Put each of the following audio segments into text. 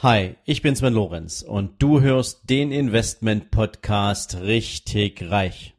Hi, ich bin Sven Lorenz und du hörst den Investment-Podcast Richtig Reich.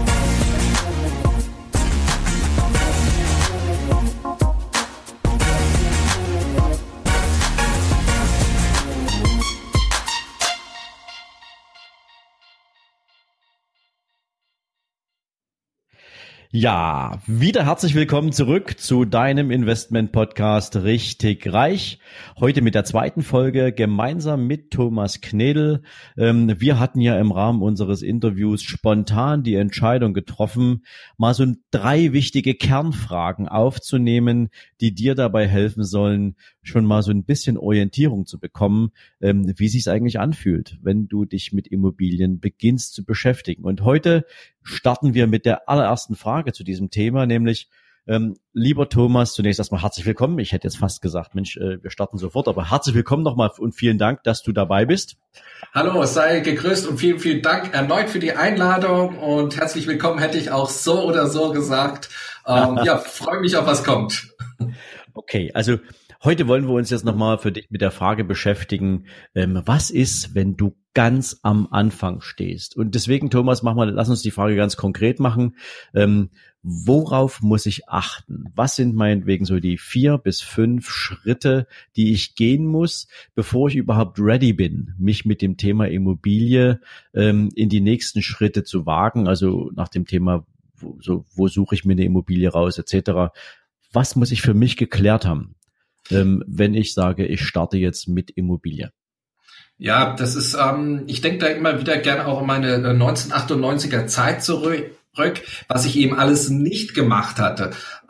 Ja, wieder herzlich willkommen zurück zu deinem Investment-Podcast Richtig Reich. Heute mit der zweiten Folge gemeinsam mit Thomas Knedel. Wir hatten ja im Rahmen unseres Interviews spontan die Entscheidung getroffen, mal so 3 wichtige Kernfragen aufzunehmen, die dir dabei helfen sollen, schon mal so ein bisschen Orientierung zu bekommen, wie sich's eigentlich anfühlt, wenn du dich mit Immobilien beginnst zu beschäftigen. Und heute starten wir mit der allerersten Frage zu diesem Thema, nämlich, lieber Thomas, zunächst erstmal herzlich willkommen. Ich hätte jetzt fast gesagt, Mensch, wir starten sofort, aber herzlich willkommen nochmal und vielen Dank, dass du dabei bist. Hallo, sei gegrüßt und vielen, vielen Dank erneut für die Einladung und herzlich willkommen hätte ich auch so oder so gesagt. Ja, freue mich auf was kommt. Okay, also heute wollen wir uns jetzt nochmal für dich mit der Frage beschäftigen, was ist, wenn du ganz am Anfang stehst? Und deswegen, Thomas, lass uns die Frage ganz konkret machen. Worauf muss ich achten? Was sind meinetwegen so die 4 bis 5 Schritte, die ich gehen muss, bevor ich überhaupt ready bin, mich mit dem Thema Immobilie in die nächsten Schritte zu wagen? Also nach dem Thema, wo suche ich mir eine Immobilie raus, etc. Was muss ich für mich geklärt haben, wenn ich sage, ich starte jetzt mit Immobilie? Ja, das ist, ich denke da immer wieder gerne auch an meine 1998er Zeit zurück, was ich eben alles nicht gemacht hatte.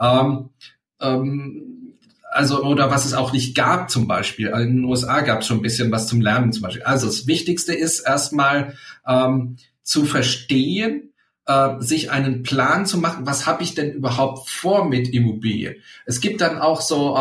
Also, oder was es auch nicht gab zum Beispiel. In den USA gab es schon ein bisschen was zum Lernen zum Beispiel. Also das Wichtigste ist erstmal zu verstehen, sich einen Plan zu machen, was habe ich denn überhaupt vor mit Immobilie? Es gibt dann auch so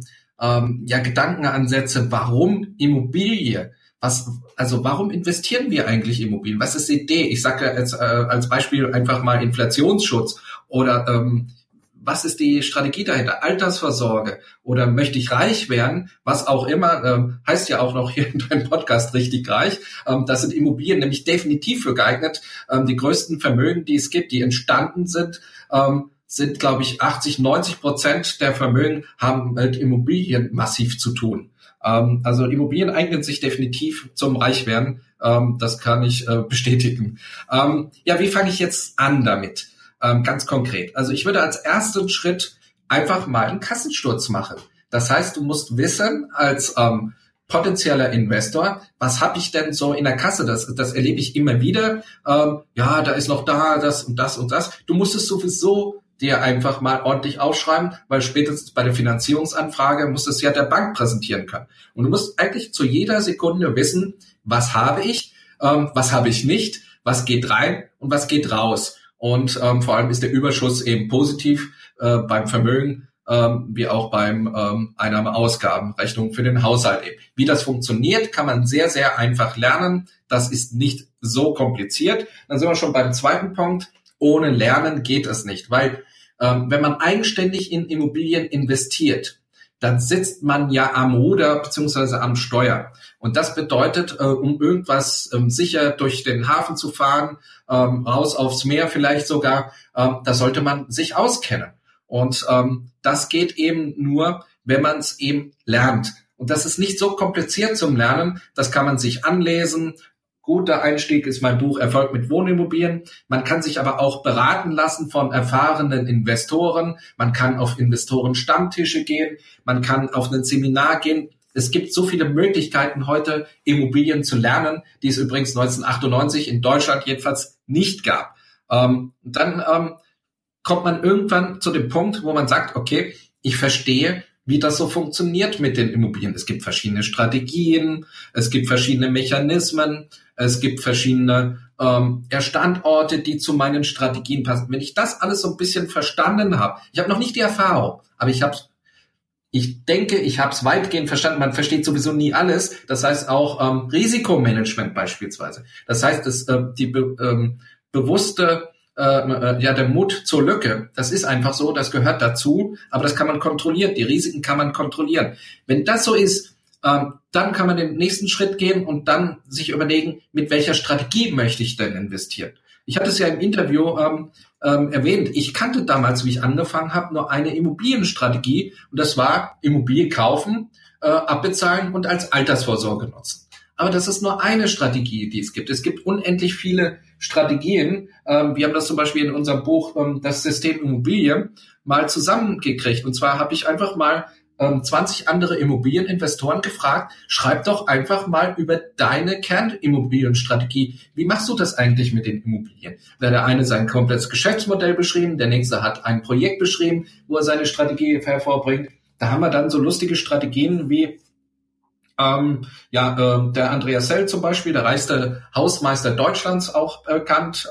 Gedankenansätze, warum Immobilie? Warum investieren wir eigentlich in Immobilien? Was ist die Idee? Ich sage jetzt als Beispiel einfach mal Inflationsschutz oder was ist die Strategie dahinter? Altersvorsorge oder möchte ich reich werden? Was auch immer, heißt ja auch noch hier in deinem Podcast richtig reich. Das sind Immobilien nämlich definitiv für geeignet. Die größten Vermögen, die es gibt, die entstanden sind, glaube ich, 80-90% der Vermögen haben mit Immobilien massiv zu tun. Also Immobilien eignen sich definitiv zum Reichwerden. Das kann ich bestätigen. Wie fange ich jetzt an damit? Ganz konkret. Also ich würde als ersten Schritt einfach mal einen Kassensturz machen. Das heißt, du musst wissen als potenzieller Investor, was habe ich denn so in der Kasse? Das erlebe ich immer wieder. Da ist noch das und das und das. Du musst es sowieso dir einfach mal ordentlich aufschreiben, weil spätestens bei der Finanzierungsanfrage musst du es ja der Bank präsentieren können. Und du musst eigentlich zu jeder Sekunde wissen, was habe ich nicht, was geht rein und was geht raus. Und vor allem ist der Überschuss eben positiv beim Vermögen wie auch beim Einnahme-Ausgaben-Rechnung für den Haushalt eben. Wie das funktioniert, kann man sehr, sehr einfach lernen. Das ist nicht so kompliziert. Dann sind wir schon beim zweiten Punkt. Ohne Lernen geht es nicht, weil wenn man eigenständig in Immobilien investiert, dann sitzt man ja am Ruder beziehungsweise am Steuer. Und das bedeutet, um irgendwas sicher durch den Hafen zu fahren, raus aufs Meer vielleicht sogar, da sollte man sich auskennen. Und das geht eben nur, wenn man es eben lernt. Und das ist nicht so kompliziert zum Lernen, das kann man sich anlesen. Guter Einstieg ist mein Buch Erfolg mit Wohnimmobilien. Man kann sich aber auch beraten lassen von erfahrenen Investoren. Man kann auf Investoren-Stammtische gehen. Man kann auf ein Seminar gehen. Es gibt so viele Möglichkeiten heute, Immobilien zu lernen, die es übrigens 1998 in Deutschland jedenfalls nicht gab. Dann kommt man irgendwann zu dem Punkt, wo man sagt, okay, ich verstehe, wie das so funktioniert mit den Immobilien. Es gibt verschiedene Strategien, es gibt verschiedene Mechanismen, es gibt verschiedene Standorte, die zu meinen Strategien passen. Wenn ich das alles so ein bisschen verstanden habe, ich habe noch nicht die Erfahrung, aber ich denke, ich habe es weitgehend verstanden. Man versteht sowieso nie alles. Das heißt auch Risikomanagement beispielsweise. Das heißt, bewusste der Mut zur Lücke, das ist einfach so, das gehört dazu, aber das kann man kontrollieren, die Risiken kann man kontrollieren. Wenn das so ist, Dann kann man den nächsten Schritt gehen und dann sich überlegen, mit welcher Strategie möchte ich denn investieren. Ich hatte es ja im Interview erwähnt, ich kannte damals, wie ich angefangen habe, nur eine Immobilienstrategie und das war Immobilie kaufen, abbezahlen und als Altersvorsorge nutzen. Aber das ist nur eine Strategie, die es gibt. Es gibt unendlich viele Strategien. Wir haben das zum Beispiel in unserem Buch Das System Immobilie mal zusammengekriegt. Und zwar habe ich einfach mal 20 andere Immobilieninvestoren gefragt, schreib doch einfach mal über deine Kernimmobilienstrategie. Wie machst du das eigentlich mit den Immobilien? Da hat der eine sein komplettes Geschäftsmodell beschrieben, der nächste hat ein Projekt beschrieben, wo er seine Strategie hervorbringt. Da haben wir dann so lustige Strategien wie der Andreas Sell zum Beispiel, der reichste Hausmeister Deutschlands, auch bekannt.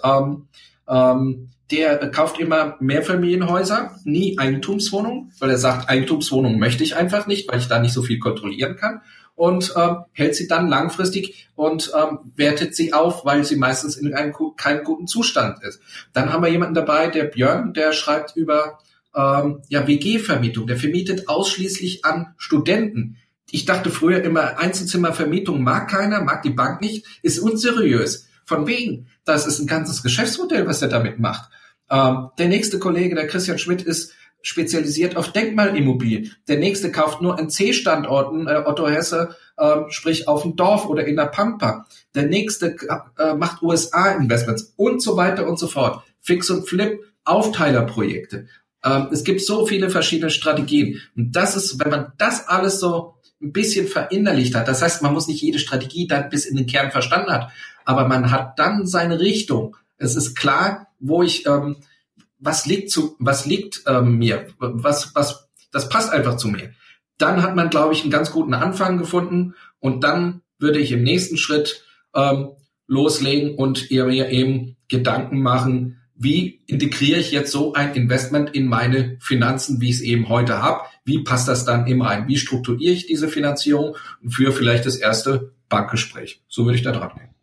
Der kauft immer Mehrfamilienhäuser, nie Eigentumswohnungen, weil er sagt, Eigentumswohnungen möchte ich einfach nicht, weil ich da nicht so viel kontrollieren kann. Und hält sie dann langfristig und wertet sie auf, weil sie meistens in keinem guten Zustand ist. Dann haben wir jemanden dabei, der Björn, der schreibt über WG-Vermietung. Der vermietet ausschließlich an Studenten. Ich dachte früher immer, Einzelzimmervermietung mag keiner, mag die Bank nicht, ist unseriös. Von wegen, das ist ein ganzes Geschäftsmodell, was er damit macht. Der nächste Kollege, der Christian Schmidt, ist spezialisiert auf Denkmalimmobilien. Der nächste kauft nur an C-Standorten, Otto Hesse, sprich auf dem Dorf oder in der Pampa. Der nächste macht USA-Investments und so weiter und so fort. Fix und Flip, Aufteilerprojekte. Es gibt so viele verschiedene Strategien. Und das ist, wenn man das alles so ein bisschen verinnerlicht hat, das heißt, man muss nicht jede Strategie dann bis in den Kern verstanden hat, aber man hat dann seine Richtung. Es ist klar, wo ich, was liegt mir, das passt einfach zu mir. Dann hat man, glaube ich, einen ganz guten Anfang gefunden und dann würde ich im nächsten Schritt loslegen und mir eben Gedanken machen, wie integriere ich jetzt so ein Investment in meine Finanzen, wie ich es eben heute habe? Wie passt das dann eben rein? Wie strukturiere ich diese Finanzierung für vielleicht das erste Bankgespräch? So würde ich da dran gehen.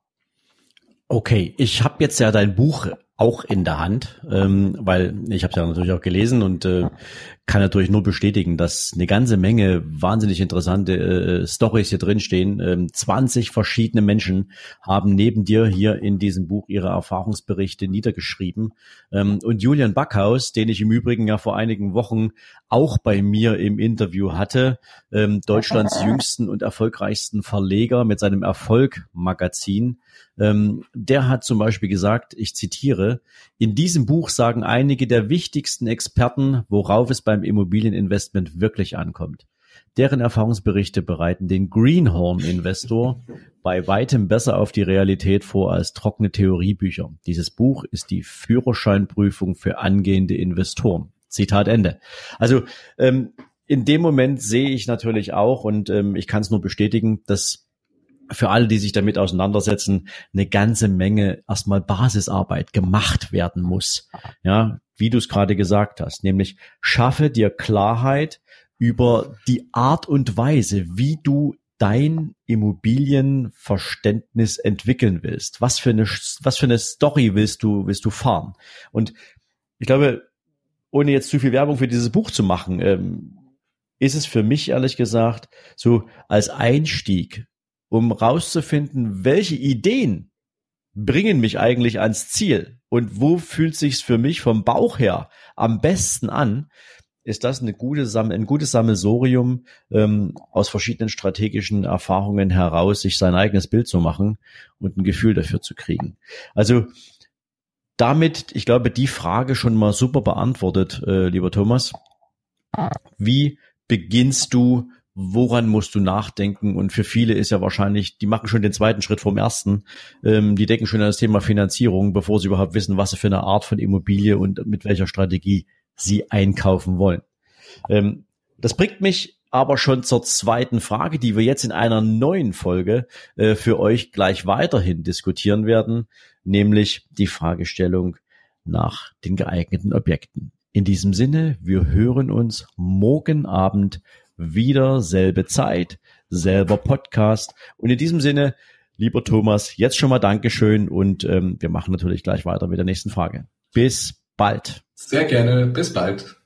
Okay, ich habe jetzt ja dein Buch auch in der Hand, weil ich habe es ja natürlich auch gelesen und kann natürlich nur bestätigen, dass eine ganze Menge wahnsinnig interessante Storys hier drin stehen. 20 verschiedene Menschen haben neben dir hier in diesem Buch ihre Erfahrungsberichte niedergeschrieben. Und Julian Backhaus, den ich im Übrigen ja vor einigen Wochen auch bei mir im Interview hatte, Deutschlands jüngsten und erfolgreichsten Verleger mit seinem Erfolg-Magazin, der hat zum Beispiel gesagt, ich zitiere, in diesem Buch sagen einige der wichtigsten Experten, worauf es beim Immobilieninvestment wirklich ankommt. Deren Erfahrungsberichte bereiten den Greenhorn-Investor bei weitem besser auf die Realität vor als trockene Theoriebücher. Dieses Buch ist die Führerscheinprüfung für angehende Investoren. Zitat Ende. Also in dem Moment sehe ich natürlich auch, und ich kann es nur bestätigen, dass für alle, die sich damit auseinandersetzen, eine ganze Menge erstmal Basisarbeit gemacht werden muss. Ja, wie du es gerade gesagt hast, nämlich schaffe dir Klarheit über die Art und Weise, wie du dein Immobilienverständnis entwickeln willst. Was für eine Story willst du fahren? Und ich glaube, ohne jetzt zu viel Werbung für dieses Buch zu machen, ist es für mich ehrlich gesagt so als Einstieg, um rauszufinden, welche Ideen bringen mich eigentlich ans Ziel und wo fühlt sich's für mich vom Bauch her am besten an, ist das ein gutes Sammelsurium aus verschiedenen strategischen Erfahrungen heraus, sich sein eigenes Bild zu machen und ein Gefühl dafür zu kriegen. Also damit, ich glaube, die Frage schon mal super beantwortet, lieber Thomas. Wie beginnst du? Woran musst du nachdenken? Und für viele ist ja wahrscheinlich, die machen schon den zweiten Schritt vom ersten. Die denken schon an das Thema Finanzierung, bevor sie überhaupt wissen, was sie für eine Art von Immobilie und mit welcher Strategie sie einkaufen wollen. Das bringt mich aber schon zur zweiten Frage, die wir jetzt in einer neuen Folge für euch gleich weiterhin diskutieren werden, nämlich die Fragestellung nach den geeigneten Objekten. In diesem Sinne, wir hören uns morgen Abend wieder, selbe Zeit, selber Podcast. Und in diesem Sinne, lieber Thomas, jetzt schon mal Dankeschön und wir machen natürlich gleich weiter mit der nächsten Frage. Bis bald. Sehr gerne, bis bald.